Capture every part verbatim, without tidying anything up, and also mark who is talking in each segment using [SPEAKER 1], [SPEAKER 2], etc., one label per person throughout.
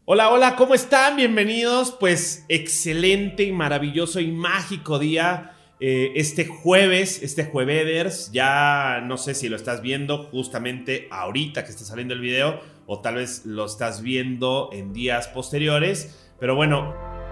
[SPEAKER 1] Hola, hola, ¿cómo están? Bienvenidos. Pues excelente y maravilloso y mágico día. Eh, este jueves, este jueveders, ya no sé si lo estás viendo justamente ahorita que está saliendo el video o tal vez lo estás viendo en días posteriores, pero bueno.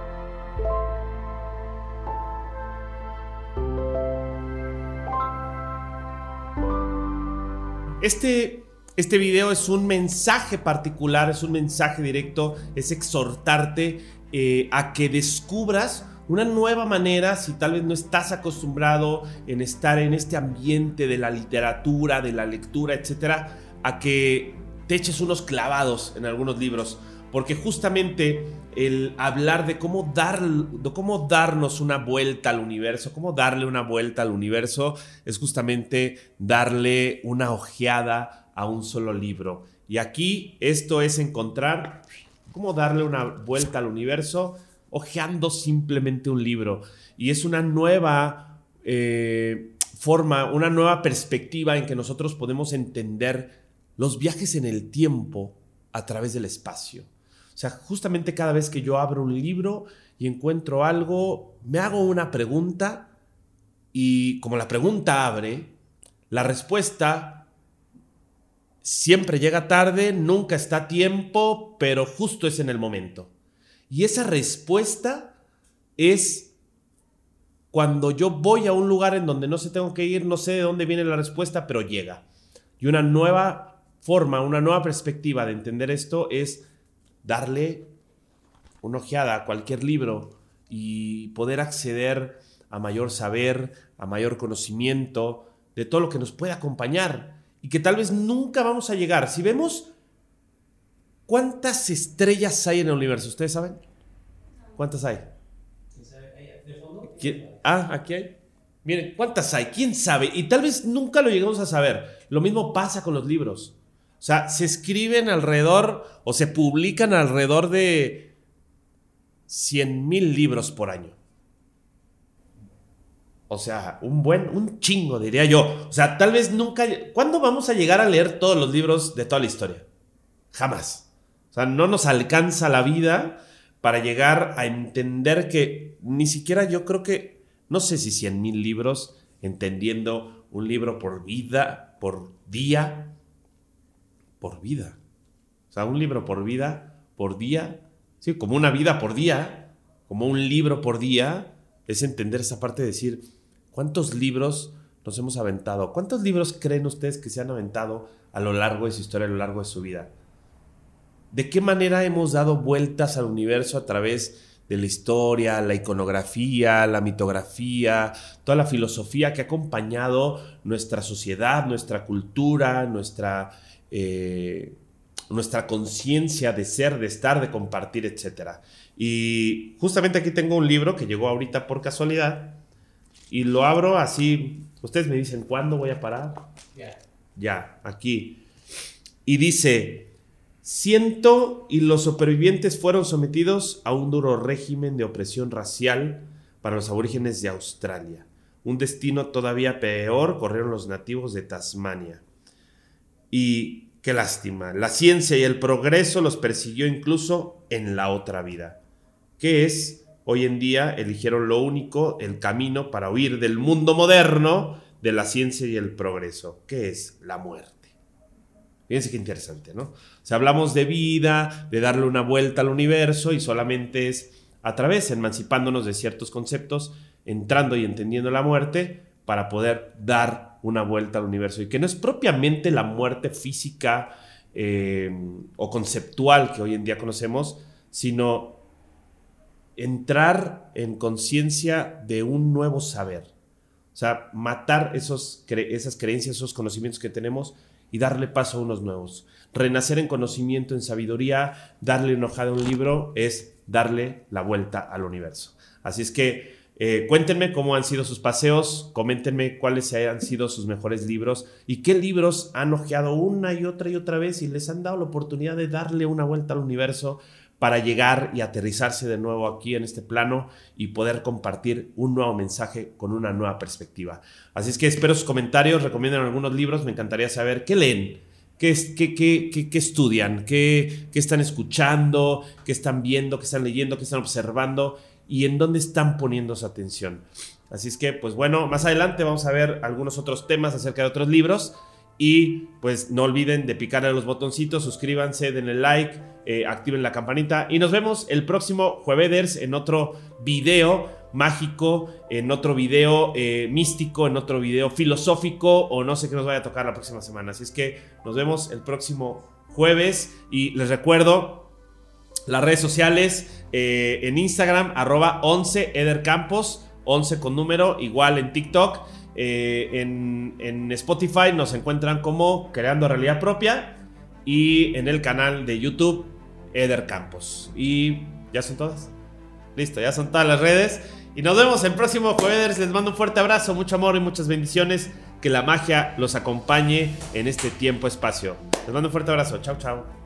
[SPEAKER 1] Este... Este video es un mensaje particular, es un mensaje directo, es exhortarte eh, a que descubras una nueva manera, si tal vez no estás acostumbrado en estar en este ambiente de la literatura, de la lectura, etcétera, a que te eches unos clavados en algunos libros, porque justamente el hablar de cómo, dar, de cómo darnos una vuelta al universo, cómo darle una vuelta al universo, es justamente darle una ojeada a un solo libro. Y aquí esto es encontrar cómo darle una vuelta al universo hojeando simplemente un libro. Y es una nueva eh, forma, una nueva perspectiva en que nosotros podemos entender los viajes en el tiempo a través del espacio. O sea, justamente cada vez que yo abro un libro y encuentro algo, me hago una pregunta y como la pregunta abre, la respuesta siempre llega tarde, nunca está a tiempo, pero justo es en el momento. Y esa respuesta es cuando yo voy a un lugar en donde no sé tengo que ir, no sé de dónde viene la respuesta, pero llega. Y una nueva forma, una nueva perspectiva de entender esto es darle una ojeada a cualquier libro y poder acceder a mayor saber, a mayor conocimiento de todo lo que nos puede acompañar. Y que tal vez nunca vamos a llegar. Si vemos cuántas estrellas hay en el universo, ¿ustedes saben? ¿Cuántas hay? Ah, aquí hay. Miren, ¿cuántas hay? ¿Quién sabe? Y tal vez nunca lo lleguemos a saber. Lo mismo pasa con los libros. O sea, se escriben alrededor o se publican alrededor de cien mil libros por año. O sea, un buen, un chingo, diría yo. O sea, tal vez nunca... ¿Cuándo vamos a llegar a leer todos los libros de toda la historia? Jamás. O sea, no nos alcanza la vida para llegar a entender que ni siquiera yo creo que... No sé si cien mil libros, entendiendo un libro por vida, por día, por vida. O sea, un libro por vida, por día. Sí, como una vida por día, como un libro por día. Es entender esa parte de decir, ¿cuántos libros nos hemos aventado? ¿Cuántos libros creen ustedes que se han aventado a lo largo de su historia, a lo largo de su vida? ¿De qué manera hemos dado vueltas al universo a través de la historia, la iconografía, la mitografía, toda la filosofía que ha acompañado nuestra sociedad, nuestra cultura, nuestra, eh, nuestra conciencia de ser, de estar, de compartir, etcétera? Y justamente aquí tengo un libro que llegó ahorita por casualidad y lo abro así. Ustedes me dicen, ¿cuándo voy a parar? Ya. Ya, aquí. Y dice, ciento y los supervivientes fueron sometidos a un duro régimen de opresión racial para los aborígenes de Australia. Un destino todavía peor corrieron los nativos de Tasmania. Y qué lástima, la ciencia y el progreso los persiguió incluso en la otra vida. ¿Qué es? Hoy en día eligieron lo único, el camino para huir del mundo moderno, de la ciencia y el progreso. ¿Qué es? La muerte. Fíjense qué interesante, ¿no? O sea, hablamos de vida, de darle una vuelta al universo y solamente es a través, emancipándonos de ciertos conceptos, entrando y entendiendo la muerte para poder dar una vuelta al universo. Y que no es propiamente la muerte física eh, o conceptual que hoy en día conocemos, sino entrar en conciencia de un nuevo saber. O sea, matar esos cre- esas creencias, esos conocimientos que tenemos y darle paso a unos nuevos. Renacer en conocimiento, en sabiduría, darle una hojada a un libro es darle la vuelta al universo. Así es que eh, cuéntenme cómo han sido sus paseos, coméntenme cuáles han sido sus mejores libros y qué libros han hojeado una y otra y otra vez y les han dado la oportunidad de darle una vuelta al universo para llegar y aterrizarse de nuevo aquí en este plano y poder compartir un nuevo mensaje con una nueva perspectiva. Así es que espero sus comentarios, recomienden algunos libros, me encantaría saber qué leen, ¿Qué, qué, qué, qué, qué estudian? ¿Qué, ¿Qué están escuchando? ¿Qué están viendo? ¿Qué están leyendo? ¿Qué están observando? ¿Y en dónde están poniendo su atención? Así es que, pues bueno, más adelante vamos a ver algunos otros temas acerca de otros libros. Y pues no olviden de picarle a los botoncitos, suscríbanse, denle like, eh, activen la campanita. Y nos vemos el próximo jueves en otro video mágico, en otro video eh, místico, en otro video filosófico, o no sé qué nos vaya a tocar la próxima semana. Así es que nos vemos el próximo jueves. Y les recuerdo las redes sociales, eh, en Instagram, arroba once edercampos, once con número, igual en TikTok. Eh, en, en Spotify nos encuentran como Creando Realidad Propia, y en el canal de YouTube Eder Campos. Y ya son todas. Listo, ya son todas las redes. Y nos vemos el próximo jueves. Les mando un fuerte abrazo, mucho amor y muchas bendiciones. Que la magia los acompañe en este tiempo-espacio. Les mando un fuerte abrazo. Chao, chao.